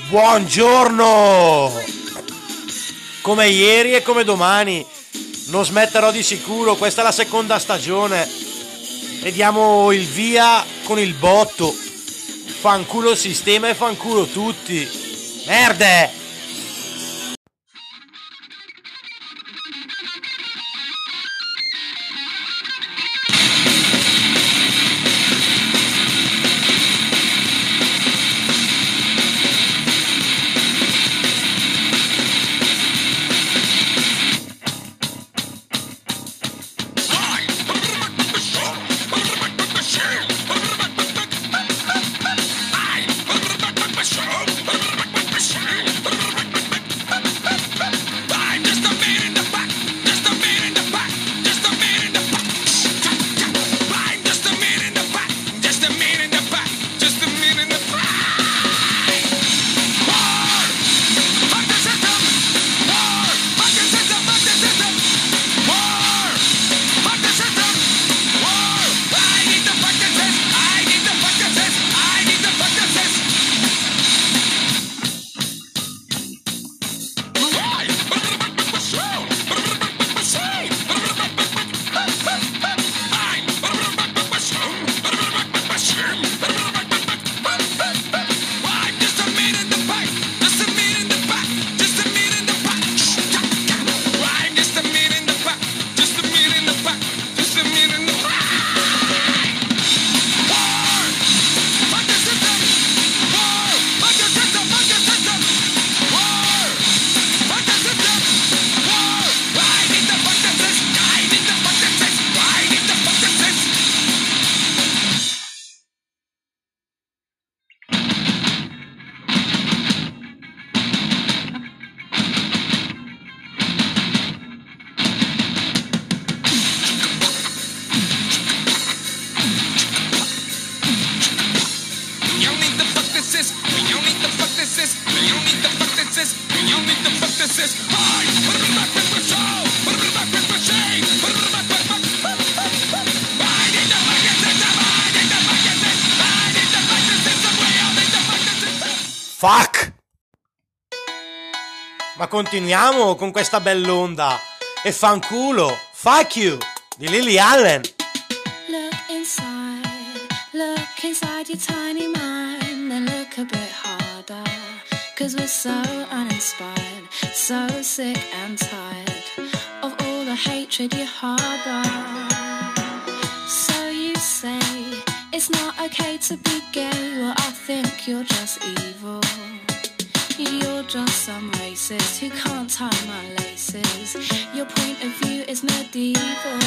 Buongiorno! Come ieri e come domani, non smetterò di sicuro, questa è la seconda stagione e diamo il via con il botto. Fanculo il sistema e fanculo tutti. Merde! Fuck! Ma continuiamo con questa bell'onda e fanculo, fuck you, di Lily Allen. Look inside your tiny mind and look a bit harder, 'cause we're so uninspired, so sick and tired of all the hatred you harbor. So you say it's not okay to be gay, well I think you're just evil. You're just some racist who can't tie my laces. Your point of view is medieval.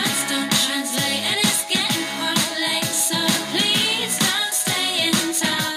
Translate and it's getting quite late, so please don't stay in touch.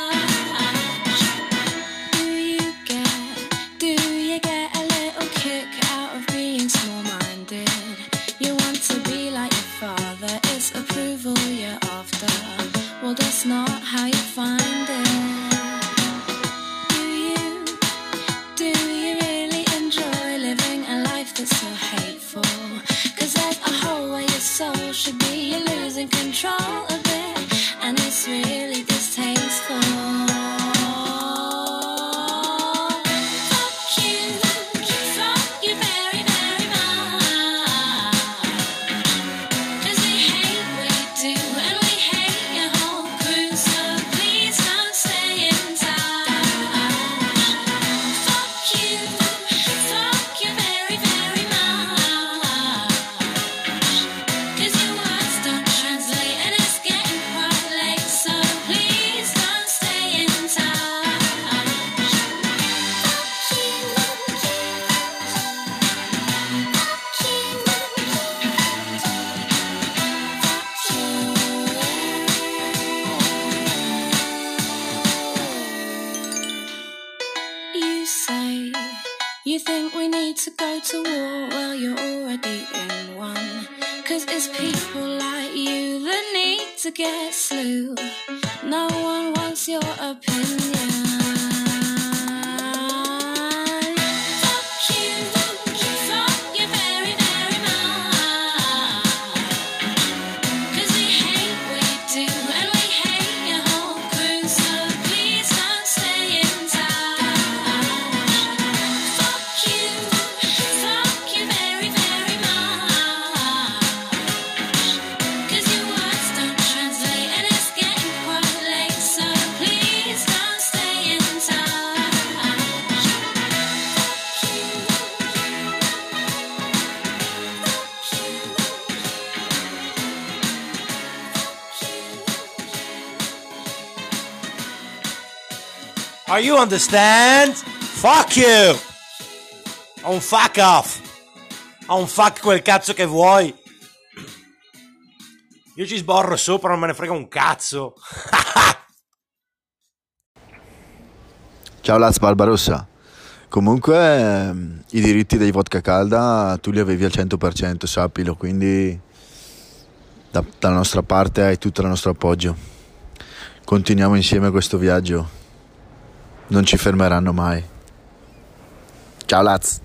You think we need to go to war? Well, you're already in one. 'Cause it's people like you that need to get slew. No one wants your opinion. Fuck you very, very much. 'Cause we hate what you do and we hate your whole crew. So please don't stay in touch. Fuck you very, very much. 'Cause your words don't translate and it's getting quite late. So please don't stay in touch. Are you understand? Fuck you! O un fuck off! O un fuck quel cazzo che vuoi! Io ci sborro sopra, non me ne frega un cazzo! Ciao Laz Barbarossa. Comunque i diritti dei vodka calda tu li avevi al 100%, sappilo, quindi dalla nostra parte hai tutto il nostro appoggio. Continuiamo insieme questo viaggio. Non ci fermeranno mai. Ciao Laz.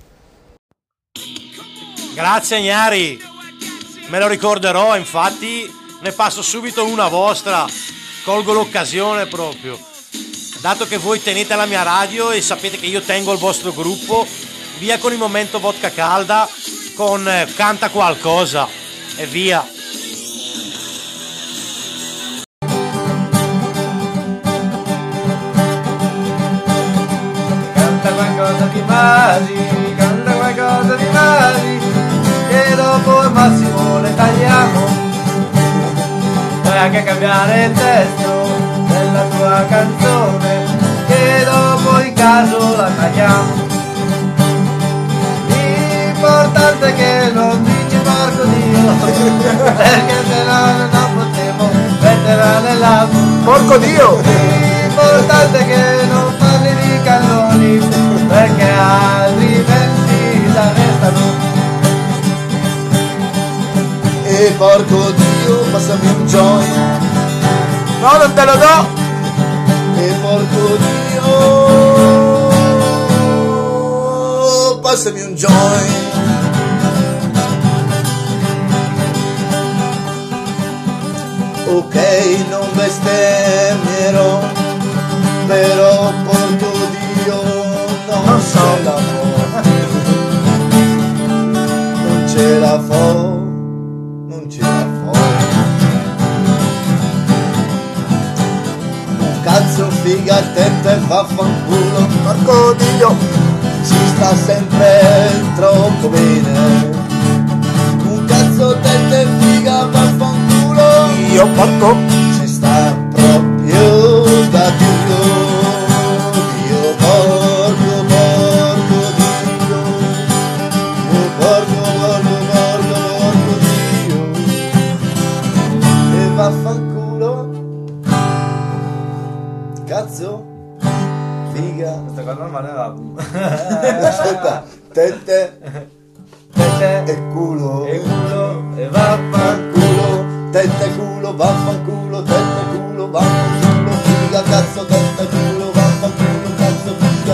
Grazie Agnari, me lo ricorderò, infatti ne passo subito una vostra, colgo l'occasione proprio. Dato che voi tenete la mia radio e sapete che io tengo il vostro gruppo, via con il momento vodka calda con Canta qualcosa e via. Canta qualcosa di Masi, canta qualcosa di Masi, che dopo il massimo le tagliamo. Puoi anche cambiare il testo della tua canzone, che dopo in caso la tagliamo. L'importante è che non dici porco Dio, perché se no non potevo metterla nell'album. Porco Dio! L'importante è che non parli di cannoni, perché altrimenti la restano. E porco Dio, passami un joint. No, non te lo do! E porco Dio, passami un joint. Ok, non bestemmierò, però porco Dio non ce la fo. Non ce la fo, non ce la fo. Un cazzo figa tette vaffanculo, porco Dio, ci sta sempre troppo bene. Un cazzo tette figa vaffanculo, io porco, ci sta proprio da Dio. Dio porco, porco Dio. Dio porco, porco, porco, porco Dio. E vaffanculo. Cazzo figa. Questa qua non è l'album. Aspetta, tette e culo. E culo, e vaffanculo. Tette culo, vaffanculo, tette culo, vaffanculo, figa, cazzo, tette culo, vaffanculo, cazzo, figa,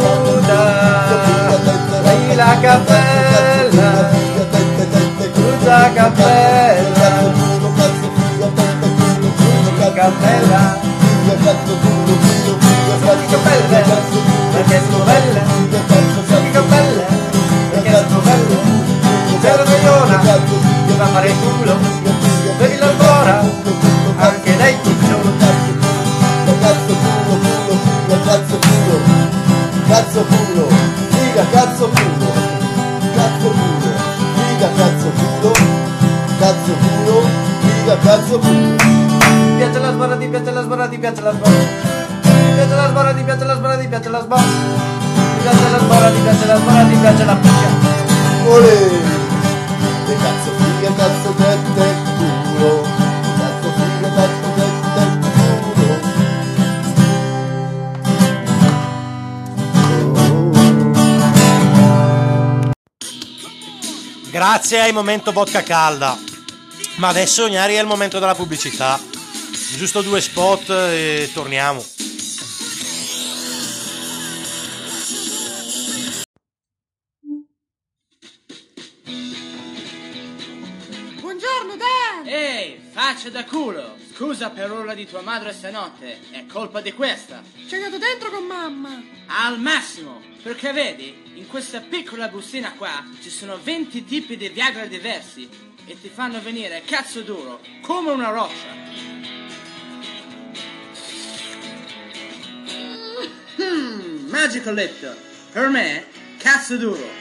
Dai la cappella, cruza cappella, cazzo, culo, cazzo, figa, tette culo, figa, cappella, figa, cazzo, culo, culo, figa, cappella, cazzo, perché sono belle, figa, cazzo, sono cappelle, perché sono belle, c'è la cogliona, io va a fare il culo. Bevi ancora, anche lei cucciolo. Cazzo culo, culo, figa, cazzo culo, cazzo culo, figa, cazzo culo, cazzo culo, figa, cazzo culo, cazzo culo, figa, cazzo culo. Ti piace la sbarra, ti piace la sbarra, ti piace la sbarra. Ti piace la sbarra, ti piace la sbarra, ti piace la sbarra. Ti piace la sbarra, ti piace la sbarra, ti piace la picca. Olè! E cazzo figa, cazzo tette culo, cazzo figa, cazzo tette culo. Grazie ai Momento Vodka Calda. Ma adesso, Gnari, è il momento della pubblicità. Giusto 2 spot e torniamo. Buongiorno, Dan! Ehi, faccia da culo! Scusa per l'urla di tua madre stanotte, è colpa di questa. Ci è andato dentro con mamma! Al massimo, perché vedi, in questa piccola bustina qua ci sono 20 tipi di Viagra diversi e ti fanno venire cazzo duro, come una roccia. Magico letto, per me, cazzo duro.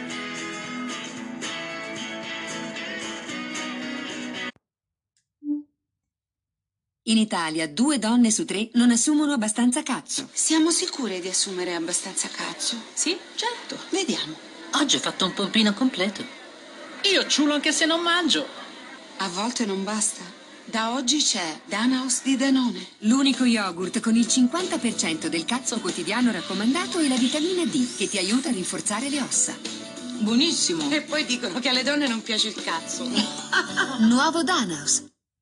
In Italia 2 donne su 3 non assumono abbastanza cazzo. Siamo sicure di assumere abbastanza cazzo? Sì, certo. Vediamo. Oggi ho fatto un pompino completo. Io ciulo anche se non mangio. A volte non basta. Da oggi c'è Danaos di Danone. L'unico yogurt con il 50% del cazzo quotidiano raccomandato e la vitamina D che ti aiuta a rinforzare le ossa. Buonissimo. E poi dicono che alle donne non piace il cazzo. Nuovo Danaos.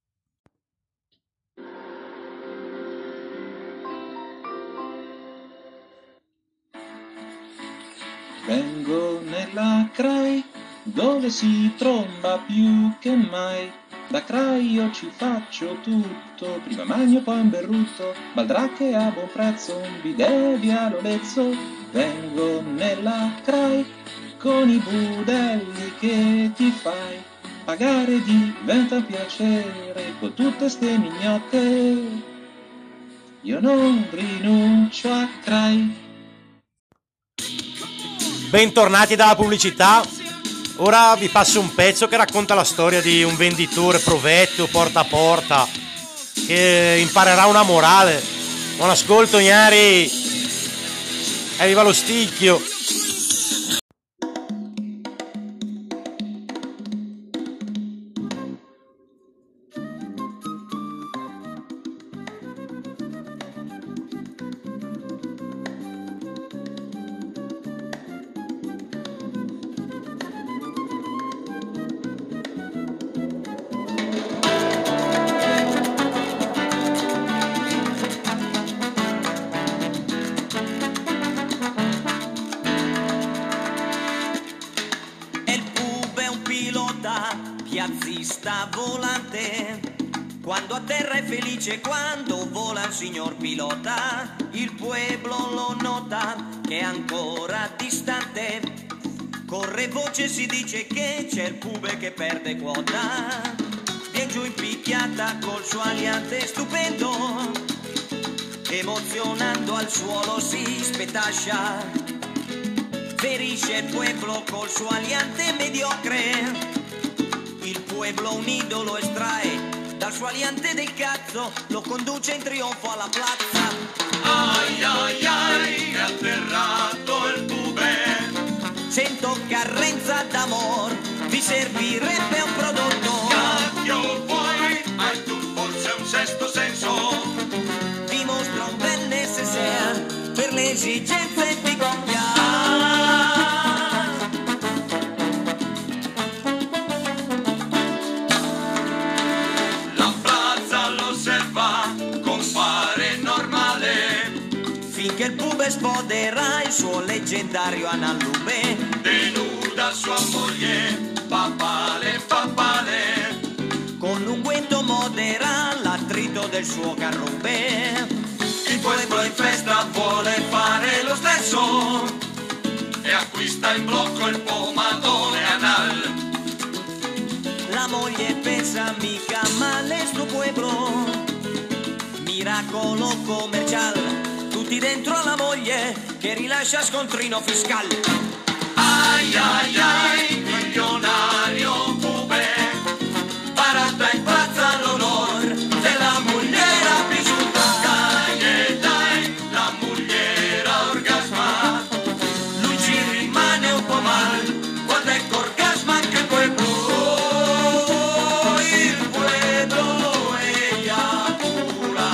Vengo nella CRAI, dove si tromba più che mai. Da CRAI io ci faccio tutto, prima magno poi un berrutto, baldracche a buon prezzo, un bidet via Lolezzo. Vengo nella CRAI, con i budelli che ti fai, pagare diventa un piacere, con tutte ste mignotte, io non rinuncio a CRAI. Bentornati dalla pubblicità. Ora vi passo un pezzo che racconta la storia di un venditore provetto porta a porta che imparerà una morale. Buon ascolto, Gnari. Arriva lo sticchio. Piazzista volante, quando a terra è felice, quando vola il signor pilota, il pueblo lo nota che è ancora distante, corre voce, si dice che c'è il pube che perde quota, viene giù in picchiata col suo aliante stupendo, emozionando al suolo si spetascia, ferisce il pueblo col suo aliante mediocre. Il pueblo un idolo estrae dal suo aliante del cazzo, lo conduce in trionfo alla piazza. Ai ai ai, è atterrato il pube. Sento carrenza d'amor, vi servirebbe un prodotto. Cacchio vuoi, hai tu forse un sesto senso. Vi mostra un bel necessaire per le esigenze di coppia. Finché il pube spoderà il suo leggendario analube, denuda sua moglie, papale, papale, con l'unguento modera l'attrito del suo carrube. Il pueblo in festa vuole fare lo stesso e acquista in blocco il pomadone anal. La moglie pensa mica male sto pueblo, miracolo commerciale, tutti dentro alla moglie che rilascia scontrino fiscale. Ai ai ai, milionario pube, parata in piazza l'onor della mogliera vissuta. Dai e dai, la mogliera orgasma, lui ci rimane un po' mal quando ecco orgasma anche il pueblo. Il pueblo eiacula.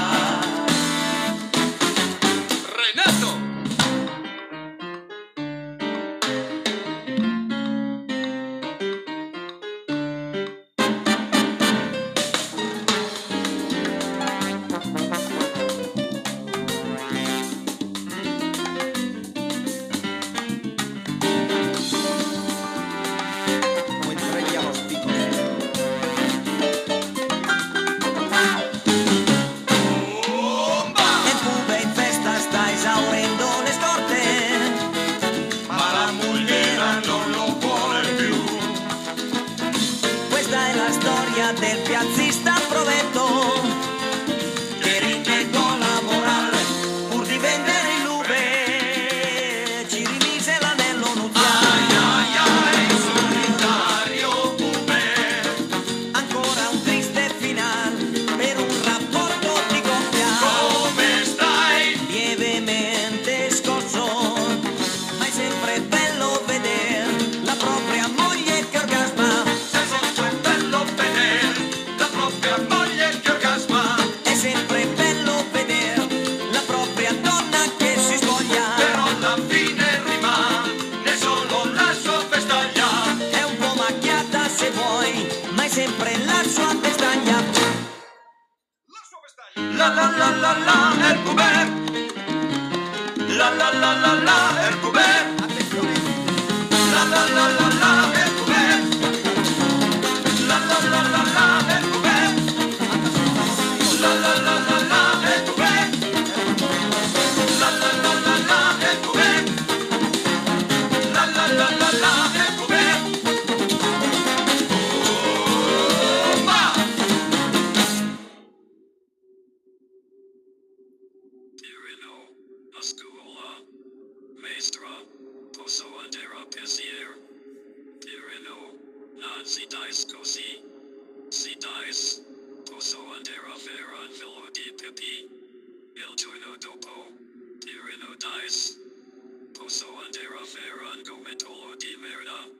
posso andare a pensier. Dirino, non si dice così. Si dice, posso andare a fare un filo di pipì. Il giorno dopo, Dirino dice, posso andare a fare un gomitolo di merda.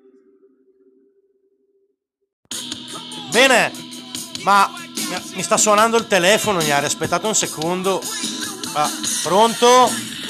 Bene, ma mi sta suonando il telefono, Iari, aspettate un secondo. Pronto?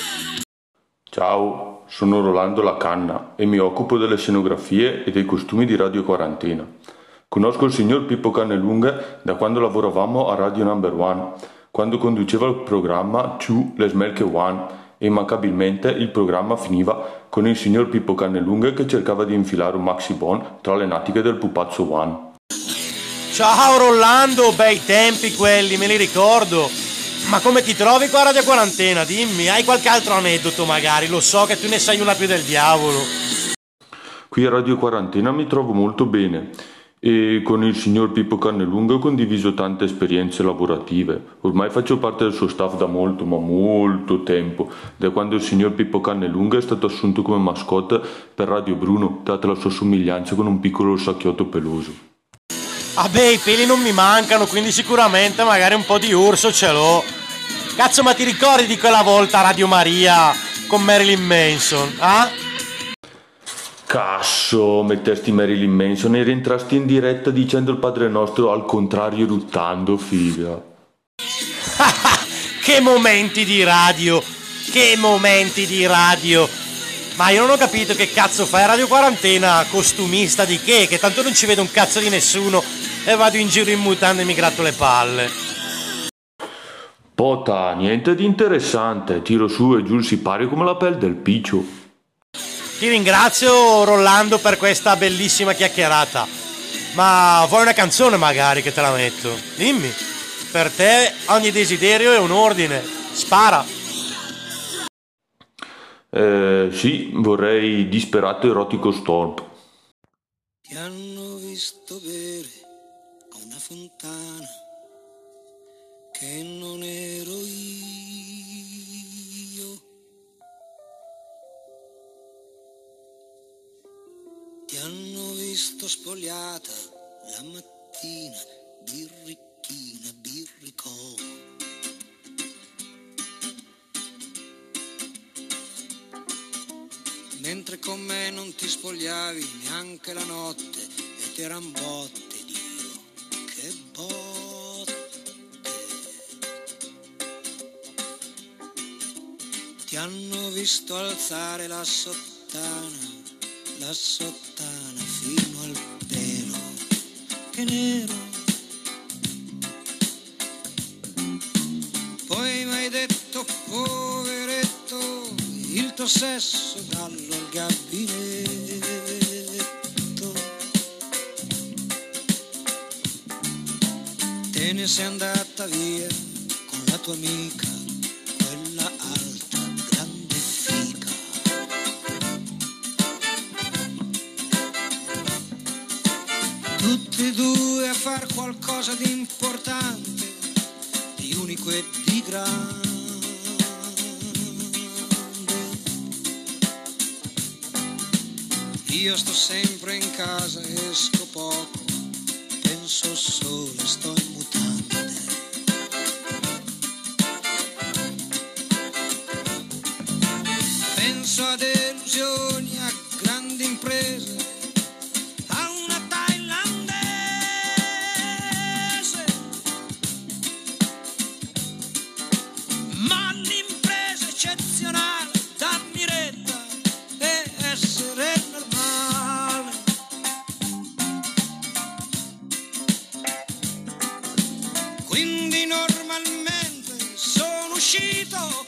Ciao, sono Rolando La Canna e mi occupo delle scenografie e dei costumi di Radio Quarantena. Conosco il signor Pippo Cannelunghe da quando lavoravamo a Radio Number One, quando conduceva il programma Ciù le Smelche One, e immancabilmente il programma finiva con il signor Pippo Cannelunghe che cercava di infilare un maxi bon tra le natiche del pupazzo One. Ciao Rolando, bei tempi quelli, me li ricordo. Ma come ti trovi qua a Radio Quarantena? Dimmi, hai qualche altro aneddoto magari? Lo so che tu ne sai una più del diavolo. Qui a Radio Quarantena mi trovo molto bene e con il signor Pippo Cannelunghe ho condiviso tante esperienze lavorative. Ormai faccio parte del suo staff da molto, ma molto tempo, da quando il signor Pippo Cannelunghe è stato assunto come mascotte per Radio Bruno, data la sua somiglianza con un piccolo sacchiotto peloso. Ah beh, i peli non mi mancano, quindi sicuramente magari un po' di urso ce l'ho. Cazzo, ma ti ricordi di quella volta a Radio Maria con Marilyn Manson, Cazzo, mettesti Marilyn Manson e rientrasti in diretta dicendo il Padre Nostro al contrario ruttando, figa. Che momenti di radio, che momenti di radio. Ma io non ho capito che cazzo fai a Radio Quarantena, costumista di che? Che tanto non ci vedo un cazzo di nessuno e vado in giro in mutande e mi gratto le palle. Pota, niente di interessante, tiro su e giù il sipario come la pelle del piccio. Ti ringrazio Rolando per questa bellissima chiacchierata, ma vuoi una canzone magari che te la metto? Dimmi, per te ogni desiderio è un ordine, spara. Sì, vorrei Disperato Erotico Storm. Ti hanno visto bere a una fontana che non ero io. Ti hanno visto spogliata la mattina, birricchina, birricò. Mentre con me non ti spogliavi neanche la notte e t'eran botte, Dio, che botte. Ti hanno visto alzare la sottana fino al pelo, che nero. Poi m'hai detto, poveretto, il tuo sesso dallo al gabinetto. Te ne sei andata via con la tua amica, quella alta, grande fica. Tutti e due a far qualcosa di importante, di unico e di grande. Io sto sempre in casa, esco poco, penso solo, sto in mutande. Penso a delusioni, a grandi imprese, a una thailandese. Ma l'impresa eccezionale, dammi retta e essere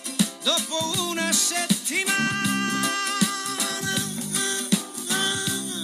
dopo una settimana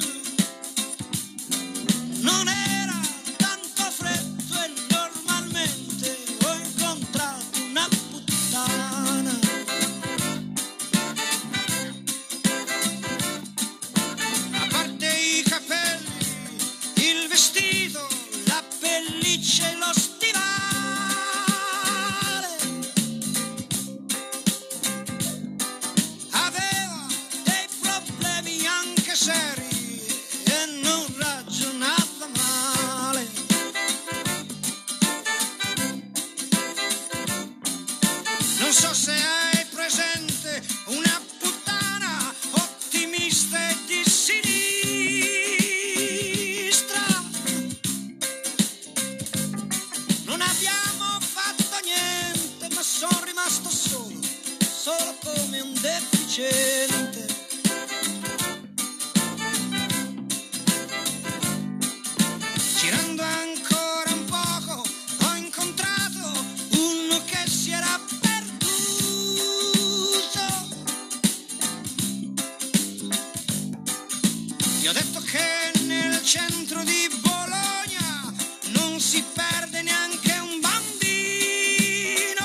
Vi ho detto che nel centro di Bologna non si perde neanche un bambino.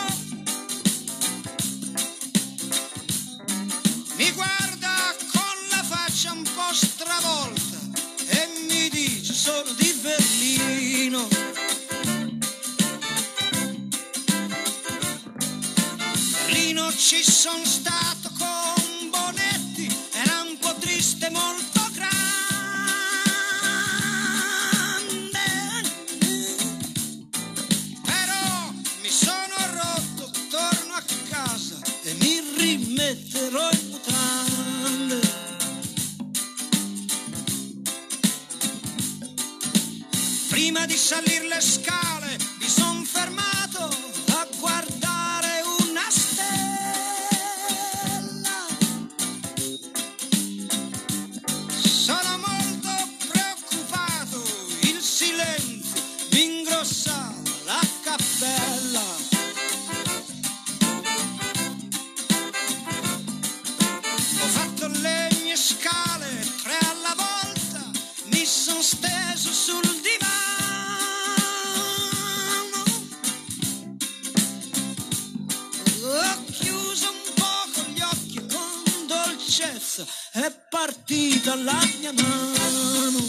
Mi guarda con la faccia un po' stravolta e mi dice sono di Berlino. Berlino ci son stato con Bonetti, era un po' triste, molto grande. Però mi sono rotto, torno a casa e mi rimetterò in mutande. Prima di salire le scale mi son fermato a guardare una stella. Sono molto preoccupato, il silenzio mi ingrossa la cappella. Ho fatto le mie scale 3 alla volta, mi son steso sul divano. Ho chiuso un poco gli occhi con dolcezza, è partita la mia mano.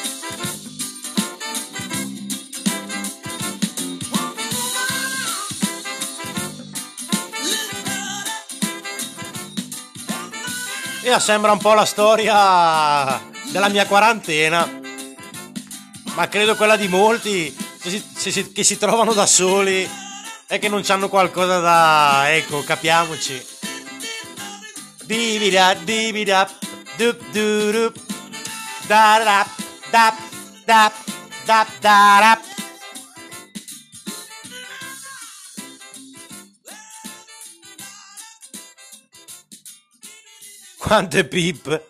E sembra un po' la storia della mia quarantena, ma credo quella di molti che si trovano da soli e che non c'hanno qualcosa da... ecco, capiamoci. Dibida dibida dup dup da da da da da da. Quante pippe.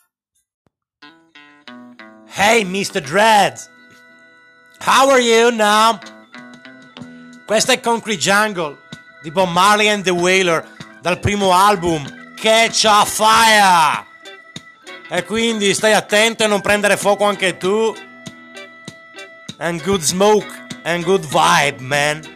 Hey Mr. Dread, how are you now? Questa è Concrete Jungle di Bob Marley and the Wailers dal primo album Catch a Fire. E quindi stai attento e non prendere fuoco anche tu. And good smoke and good vibe, man.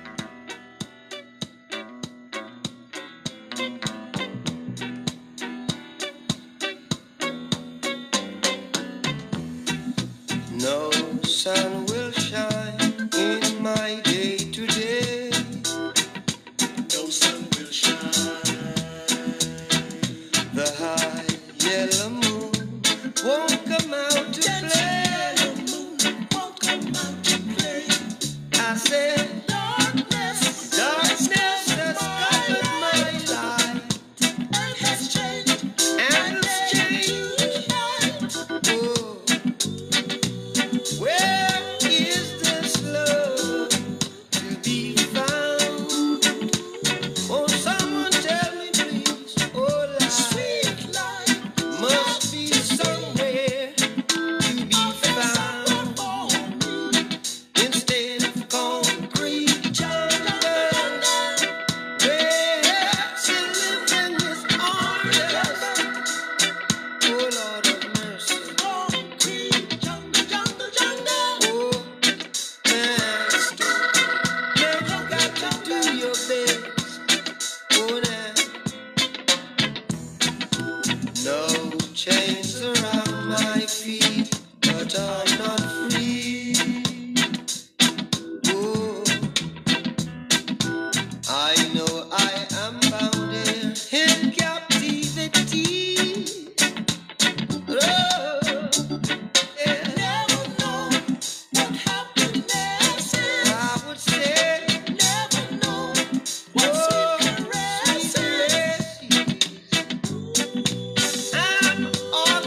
No sun will shine in my day today. No sun will shine. The high yellow moon won't come out to play. Won't come out to play. I said darkness has covered my life. Earth has changed and it's changed. Oh. Where is this love to be found? Oh, someone tell me please. Oh, life, sweet life, must be somewhere to be found. Instead of concrete jungle, where to live in this armless. Oh, Lord of mercy. Concrete jungle, jungle, jungle. Oh, master, now you got to do your best. Oh, now, no chains around my feet, but I'm not free. Oh, I know I am bound here in captivity. Oh, yeah. Never know what happiness is. I would say never know what sweet caress is. I'm all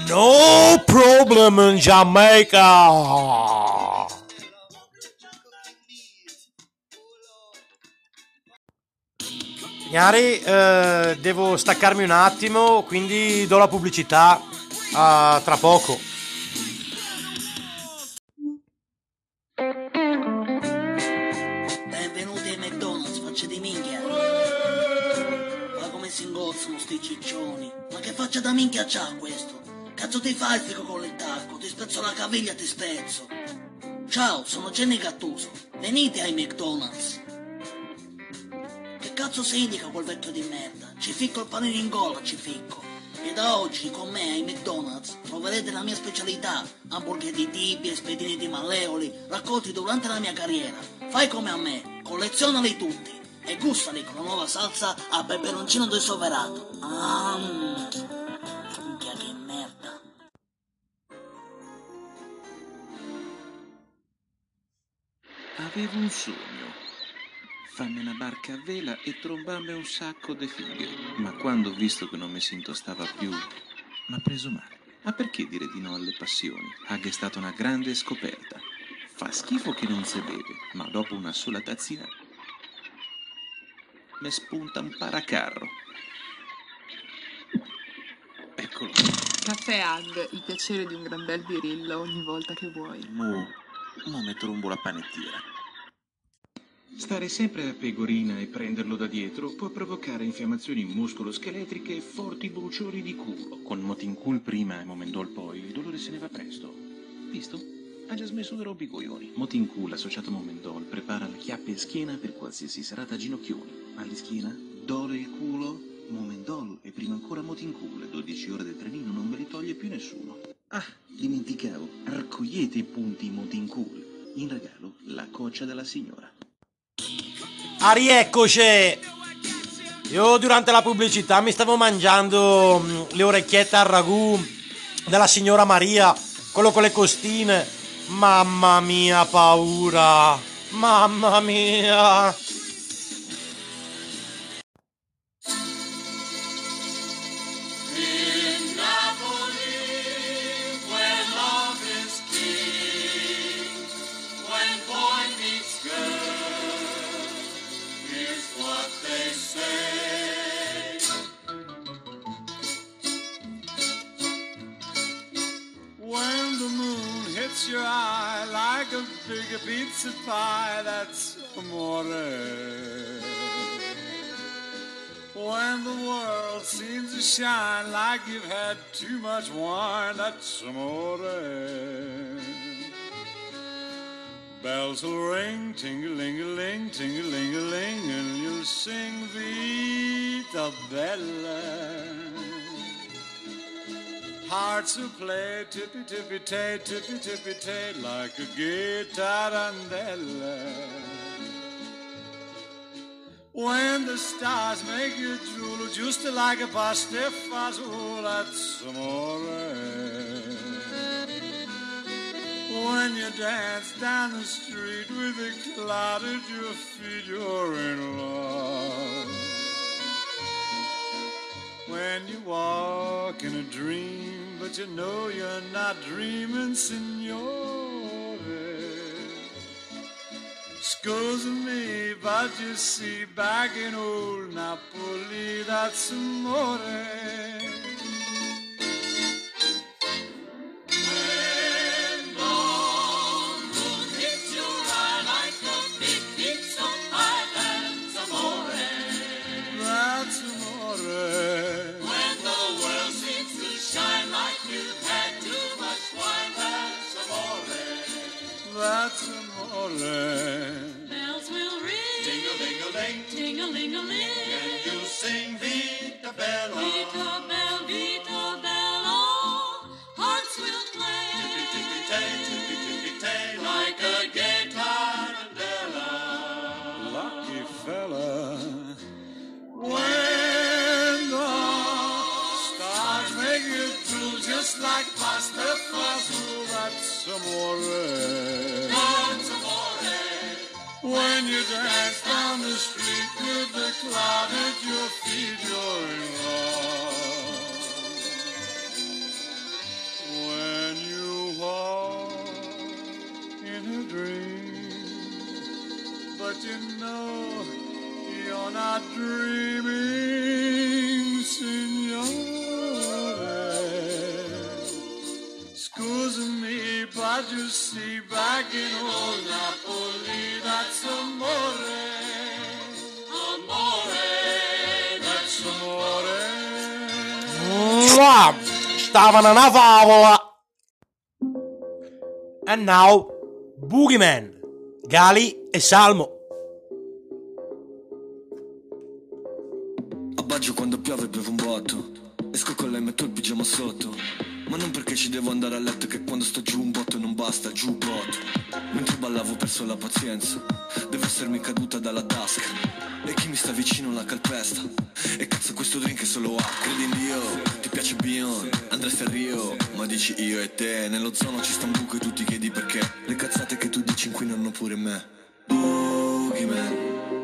No problem in Jamaica. Gnari, devo staccarmi un attimo, quindi do la pubblicità tra poco. Benvenuti ai McDonald's, faccia di minchia. Ma come si ingozzano sti ciccioni? Ma che faccia da minchia c'ha questo? Cazzo ti fai il fico con il tacco? Ti spezzo la caviglia, ti spezzo. Ciao, sono Jenny Gattuso. Venite ai McDonald's. Che cazzo si indica quel vecchio di merda? Ci ficco il panino in gola, ci ficco. E da oggi con me ai McDonald's troverete la mia specialità: hamburger di tibie, spiedini di malleoli, raccolti durante la mia carriera. Fai come a me, collezionali tutti e gustali con la nuova salsa a peperoncino desoverato. Minchia che merda. Avevo un sogno. Fammi una barca a vela e trombammi un sacco di fighe. Ma quando ho visto che non mi si intostava più, m'ha preso male. Ma perché dire di no alle passioni? È stata una grande scoperta. Fa schifo che non si beve, ma dopo una sola tazzina mi spunta un paracarro. Eccolo. Caffè Hag, il piacere di un gran bel birillo ogni volta che vuoi. Mo mi trombo la panettiera. Stare sempre a pegorina e prenderlo da dietro può provocare infiammazioni muscoloscheletriche e forti bruciori di culo. Con Motincool prima e Momendol poi il dolore se ne va presto. Visto? Ha già smesso di rompicoglioni. Motincool associato a Momendol prepara le chiappe e schiena per qualsiasi serata a ginocchioni. Mal di schiena? Dolore il culo? Momendol e prima ancora Motincool. 12 ore del trenino non ve li toglie più nessuno. Ah, dimenticavo. Raccogliete i punti Motincool. In regalo la coccia della signora. Rieccoci! Io durante la pubblicità mi stavo mangiando le orecchiette al ragù della signora Maria, quello con le costine. Mamma mia, paura! Mamma mia! Your eye like a big pizza pie, that's amore. When the world seems to shine like you've had too much wine, that's amore. Bells will ring, ting-a-ling-a-ling, ting-a-ling-a-ling, and you'll sing Vita Bella. Hearts will play tippy-tippy-tay, tippy-tippy-tay, like a gay tarantella. When the stars make you drool, just like a pasta fazool, that's amore. When you dance down the street with a cloud at your feet, you're in love. When you walk in a dream, but you know you're not dreaming, signore. Scusa me, but you see, back in old Napoli, that's amore. When dawn moon hits your eye like a big pizza pie, that's amore. That's amore. That's amore. Bells will ring, ting-a-ling-a-ling, ting-a-ling-a-ling, and you sing Vita Bella. Vita Bella, hearts will play, tippy-tippy-tay, like a gay tarantella. Lucky fella. When the stars make you drool, just like pasta fazool, that's amore. When you dance down the street with the cloud at your feet, you're in love. you know you're not dreaming, signore. Scusami, but you see, back in old Napoli, that's amore. Amore, that's amore. Mua! Stavano una favola. And now, Boogeyman, Gali e Salmo. A Baggio quando piove bevo un botto. Esco con lei, metto il pigiama sotto. Ma non perché ci devo andare a letto, che quando sto giù un botto non basta, giù un botto. Mentre ballavo ho perso la pazienza. Devo essermi caduta dalla tasca. E chi mi sta vicino la calpesta. E cazzo questo drink è solo acqua. Credi in Dio, ti piace Bion, andresti a Rio. Ma dici io e te, nello zono ci sta un buco e tu ti chiedi perché. Le cazzate che tu dici inquinano pure me. Boogeyman,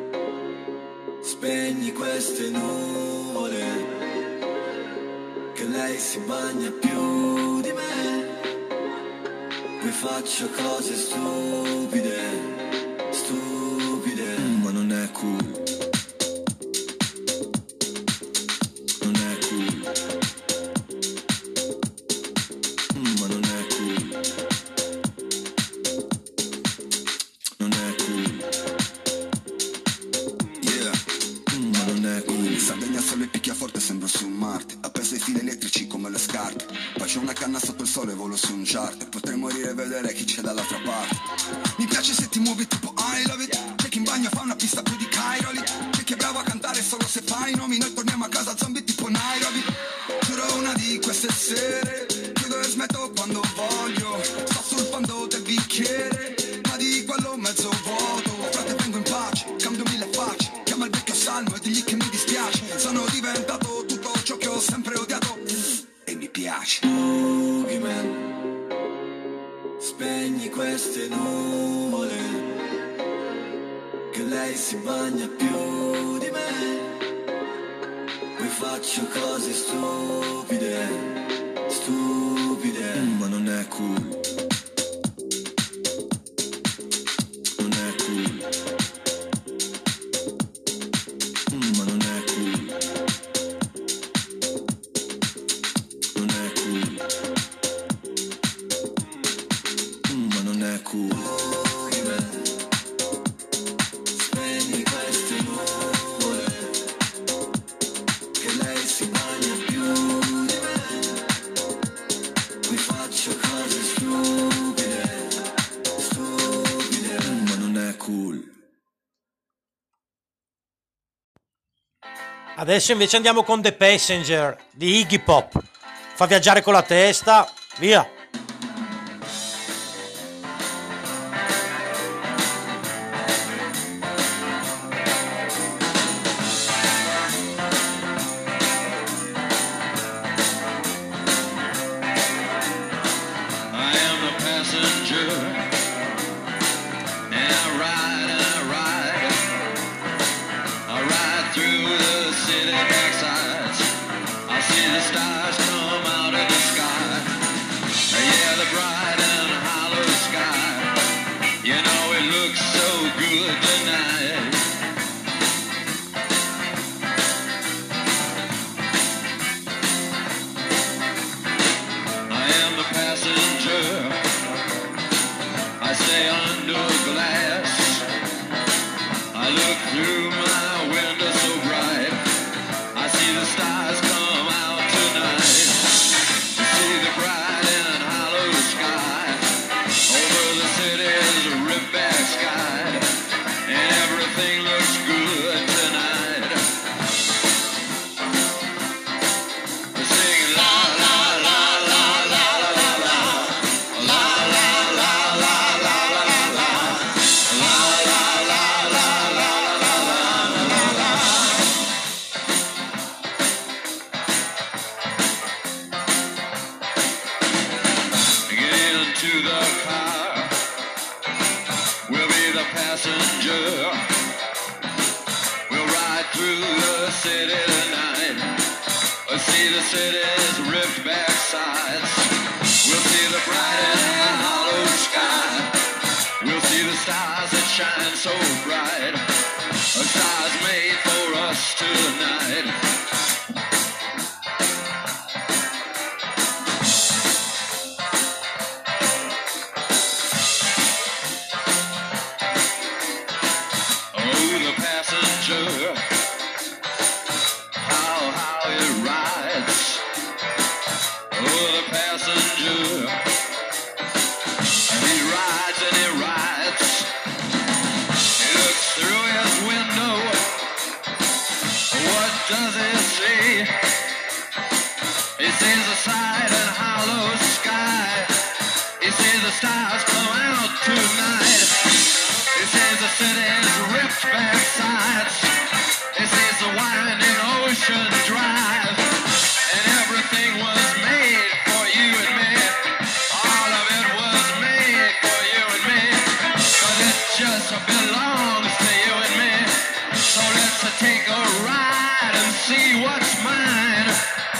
spegni queste nuvole, che lei si bagna più di me. Poi faccio cose stupide, stupide, ma non è cool. Non è cool. Ma non è cool. Non è cool. Yeah. Ma non è cool. Sardegna sole picchia forte, sembro su Marte. Appeso ai fili elettrici come le scarpe. Faccio una canna sotto il sole, volo su un charter. Potrei morire e vedere chi c'è dall'altra parte. Mi piace se ti muovi tipo I love it. C'è chi in bagno fa una pista più di Cairoli. C'è chi è bravo a cantare solo se fa i nomi. Noi torniamo a casa zombie tipo Nairobi. Giuro una di queste sere chiudo e smetto quando voglio. Sto sul fondo del bicchiere, ma di quello mezzo vuoto. Frate vengo in pace, cambio mille facce. Chiama il vecchio Salmo e digli che mi dispiace. Sono diventato tutto ciò che ho sempre odiato e mi piace. Boogeyman, spegni queste nuvole, che lei si bagna più di me. Poi faccio cose stupide, stupide, ma non è cool. Non è cool. Ma non è cool. Non è cool. Ma non è cool. Spegni queste nuvole, che lei si bagna più di me. Poi faccio cose stupide, stupide, ma non è cool. Adesso invece andiamo con The Passenger di Iggy Pop. Fa viaggiare con la testa, via. I am the passenger, and I ride, I ride through the city backsides. I see the stars come out of the sky, yeah, the bright and hollow sky. You know it looks so good tonight. I am the passenger, I stay under glass. I look through my window so bright, I see the stars come out tonight. You see the bright and hollow sky, over the city's rip-back sky, and everything looks good tonight. We're singing la la la la la la la la la la la la la la Get into the car, we'll be the passenger. We'll ride through the city tonight. We'll see the city's ripped back sides. We'll see the bright and hollow sky. We'll see the stars that shine so bright. A star's made for us tonight. Oh, the passenger, how it rides. Oh, the passenger, he rides and he rides. He looks through his window. What does he see? He sees a side and hollow sky. He sees the stars come out tonight. He sees the city's ripped back sides. He sees the winding ocean drive. And everything was made for you and me. All of it was made for you and me. But it just belongs to you and me. So let's take a ride and see what's mine.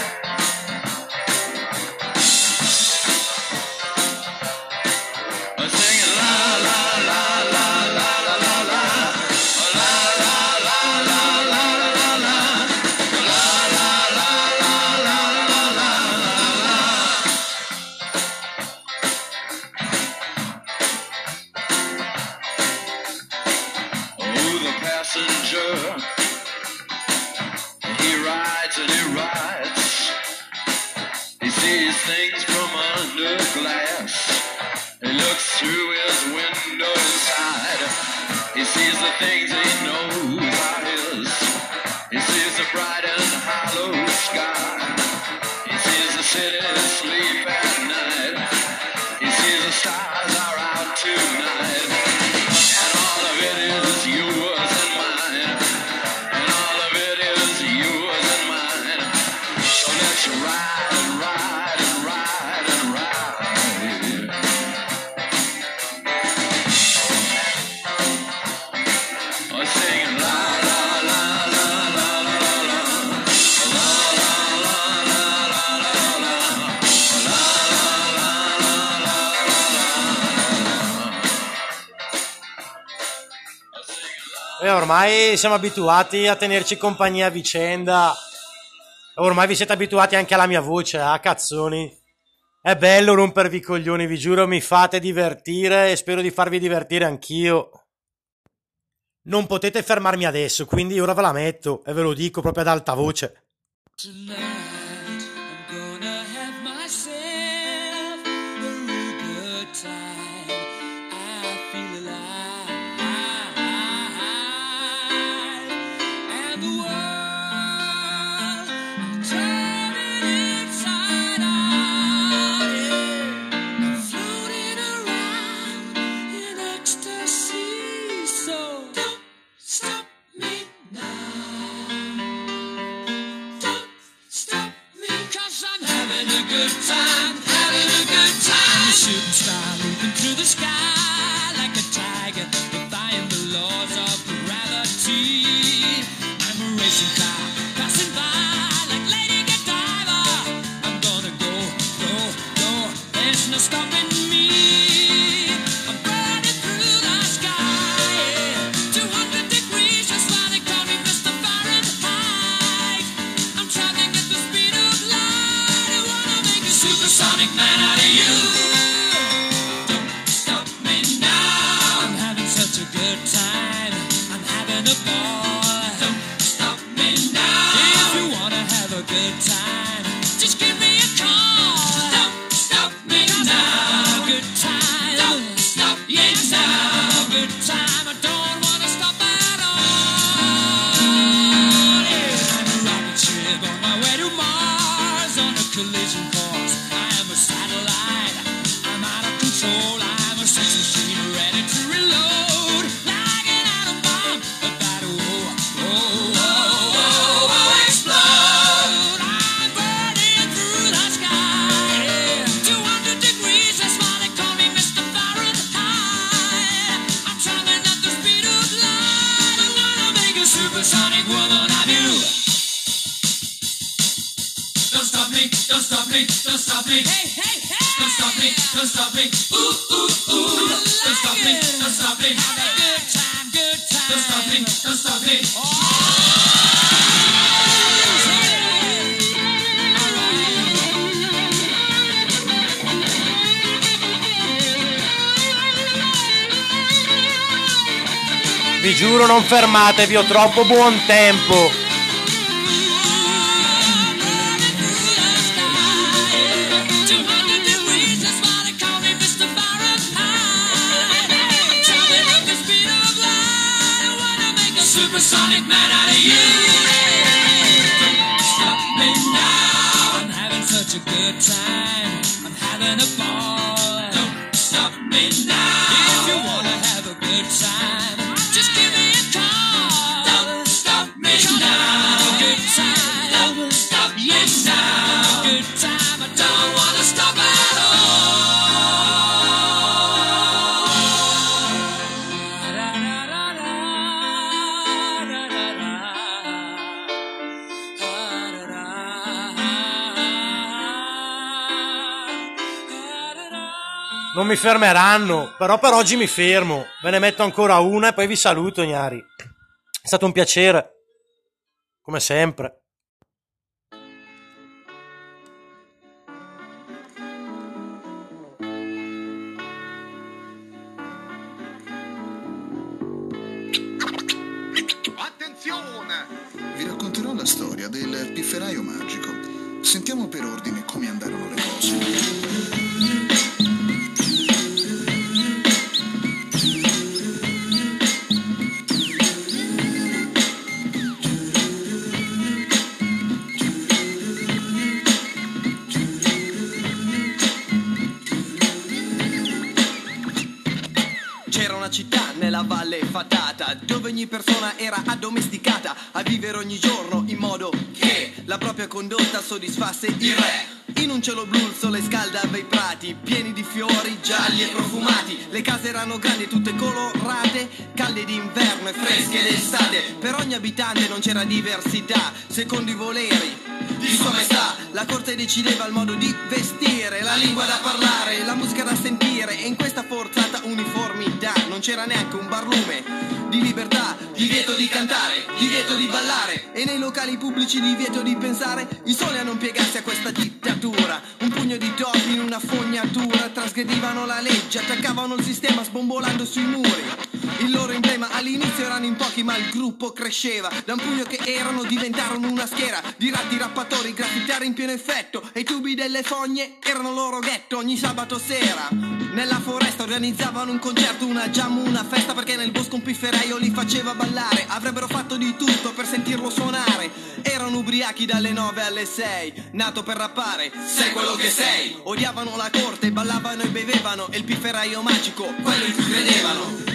Singing la la la la la la la la. La la la la la la la. La la la la la la la. Oh, the passenger, he rides and he rides. He sees things from under glass. He looks through his window inside. He sees the things he knows are his. He sees the bright and hollow sky. He sees the city sleep at night. He sees the stars are out tonight. And all of it is yours and mine. And all of it is yours and mine. So let's ride and ride and ride and ride. Oh, singing la la la la la la la. La la la la la la la. La la la la E ormai siamo abituati a tenerci compagnia a vicenda. Ormai vi siete abituati anche alla mia voce, cazzoni. È bello rompervi i coglioni, vi giuro, mi fate divertire e spero di farvi divertire anch'io. Non potete fermarmi adesso, quindi ora ve la metto e ve lo dico proprio ad alta voce. Tonight I'm gonna have myself a real good time. I feel alive, and the world I'm turning inside out. Yeah. I'm floating around in ecstasy, so don't stop me now. Don't stop me, 'cause I'm having a good time, having a good time. A shooting star leaping through the sky like a tiger, defying the laws of gravity. I'm a racing car passing by like Lady Godiva. I'm gonna go, go, go. There's no stopping me. I'm burning through the sky, yeah. 200 degrees, just why they call me Mr. Fahrenheit. I'm traveling at the speed of light. I wanna make a supersonic man out of you. Don't stop me now. I'm having such a good time. I'm having a ball. Don't stop me now. If you wanna have a good time, just give me a call. Don't stop me now. A good time. Don't stop me now. A good time. I don't wanna stop at all. Yeah. I'm a rocket ship on my way to Mars on a collision course. I am a satellite. I'm out of control. I'm a sex machine ready to reload. Like an atom bomb about to explode. I'm burning through the sky. Yeah. 200 degrees, that's why they call me Mr. Fahrenheit. I'm traveling at the speed of light. I'm gonna make a supersonic woman of you. Don't stop me, don't stop me, don't stop me. Hey, hey, hey. Don't stop me, don't stop me. Ooh, ooh, ooh. Don't stop me, don't stop me. Have a good Vi giuro, non fermatevi, ho troppo buon tempo. Supersonic man out of you. Stop me now. I'm having such a good time. I'm having a ball. Don't stop me now. If you wanna have a good time, just give me a call. Don't stop me now. A good time. Don't stop me now. A good time. I don't wanna stop at all. Non mi fermeranno, però per oggi mi fermo. Ve ne metto ancora una e poi vi saluto, gnari. È stato un piacere, come sempre. Attenzione! Vi racconterò la storia del pifferaio magico. Sentiamo per ordine come andarono le cose. C'era una città nella valle fatata, dove ogni persona era addomesticata a vivere ogni giorno in modo che la propria condotta soddisfasse il re. In un cielo blu il sole scaldava i prati, pieni di fiori gialli e profumati. Le case erano grandi e tutte colorate, calde d'inverno e fresche d'estate. Per ogni abitante non c'era diversità, secondo i voleri di sua maestà. La corte decideva il modo di vestire, la lingua da parlare, la musica da sentire. E in questa forzata uniformità non c'era neanche un barlume di libertà, divieto di cantare, divieto di ballare. E nei locali pubblici divieto di pensare. I soli a non piegarsi a questa dittatura, un pugno di topi in una fognatura. Trasgredivano la legge, attaccavano il sistema sbombolando sui muri. Il loro emblema all'inizio erano in pochi, ma il gruppo cresceva. Da un pugno che erano diventarono una schiera di ratti rappatori, graffitari in pieno effetto. E i tubi delle fogne erano loro ghetto. Ogni sabato sera nella foresta organizzavano un concerto, una jam, una festa, perché nel bosco un pifferaio li faceva ballare. Avrebbero fatto di tutto per sentirlo suonare. Erano ubriachi dalle 9 alle 6, nato per rappare, sei quello che sei. Odiavano la corte, ballavano e bevevano, e il pifferaio magico, quello in cui credevano.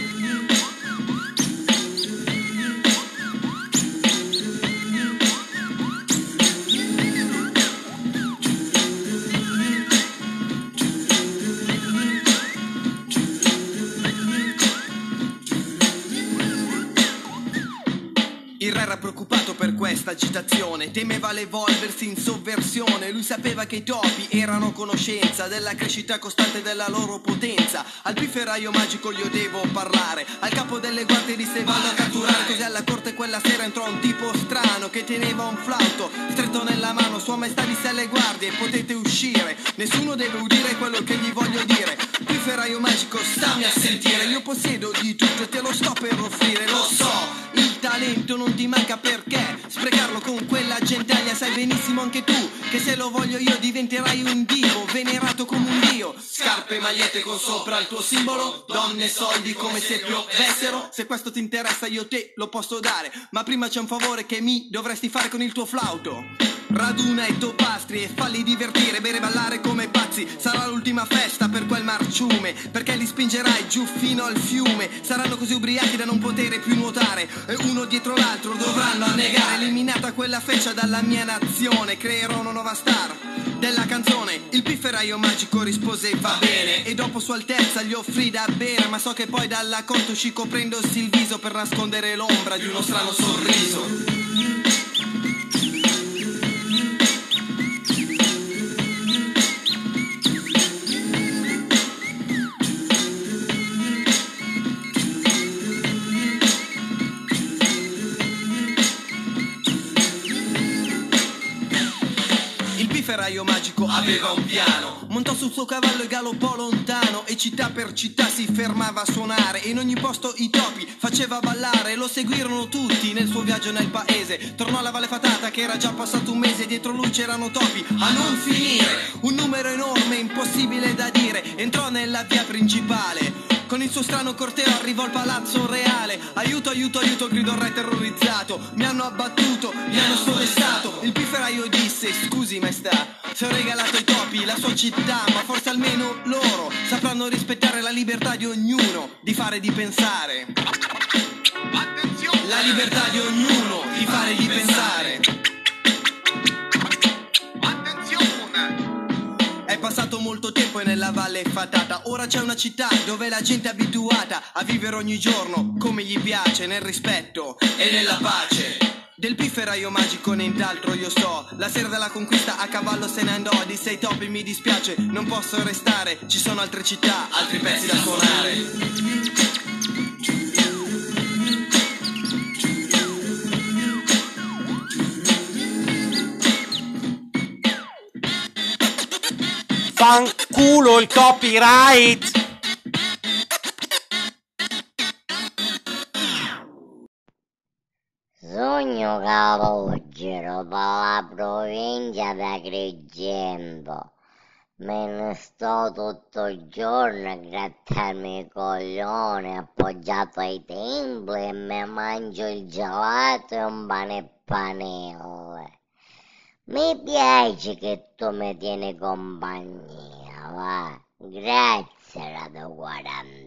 Il re era preoccupato per questa agitazione, temeva l'evolversi in sovversione. Lui sapeva che i topi erano a conoscenza della crescita costante della loro potenza. Al pifferaio magico io devo parlare, al capo delle guardie disse vado a catturare. Così alla corte quella sera entrò un tipo strano che teneva un flauto stretto nella mano. Sua maestà disse alle guardie potete uscire, nessuno deve udire quello che gli voglio dire. Pifferaio magico stammi a sentire, io possiedo di tutto e te lo sto per offrire. Lo so, il talento non ti manca, perché sprecarlo con quella genitalia? Sai benissimo anche tu che se lo voglio io diventerai un divo, venerato come un dio. Scarpe e magliette con sopra il tuo simbolo, donne e soldi come se piovessero. Se questo ti interessa io te lo posso dare, ma prima c'è un favore che mi dovresti fare con il tuo flauto. Raduna i topastri e falli divertire, bere e ballare come pazzi. Sarà l'ultima festa per quel marciume, perché li spingerai giù fino al fiume. Saranno così ubriachi da non poter più nuotare, e uno dietro l'altro dovranno annegare. Eliminata quella feccia dalla mia nazione, creerò una nuova star della canzone. Il pifferaio magico rispose va bene, e dopo Sua Altezza gli offrì da bere. Ma so che poi dalla corte uscì coprendosi il viso per nascondere l'ombra di uno strano sorriso. pifferaio magico aveva un piano. Montò sul suo cavallo e galoppò lontano, e città per città si fermava a suonare, e in ogni posto i topi faceva ballare. Lo seguirono tutti nel suo viaggio nel paese. Tornò alla Valle Fatata che era già passato un mese, dietro lui c'erano topi a non finire, un numero enorme impossibile da dire. Entrò nella via principale, con il suo strano corteo arrivò al palazzo reale. Aiuto, aiuto, aiuto, gridò il re terrorizzato. Mi hanno abbattuto, mi hanno scolestato. Il pifferaio disse: scusi maestà, se ho regalato ai topi la sua città, ma forse almeno loro sapranno rispettare la libertà di ognuno di fare e di pensare. La libertà di ognuno di fare e di pensare. È passato molto tempo nella Valle Fatata, ora c'è una città dove la gente è abituata a vivere ogni giorno come gli piace, nel rispetto e nella pace. Del pifferaio magico nient'altro io so. La sera della conquista a cavallo se ne andò. Disse ai topi: mi dispiace, non posso restare, ci sono altre città, altri pezzi da suonare. Fanculo il copyright! Sogno calogero per la provincia di Agrigento. Me ne sto tutto il giorno a grattarmi i coglioni appoggiato ai templi e mi mangio il gelato e un pane e panelle. Mi piace che tu mi tieni compagnia, va. Grazie, Radio 40.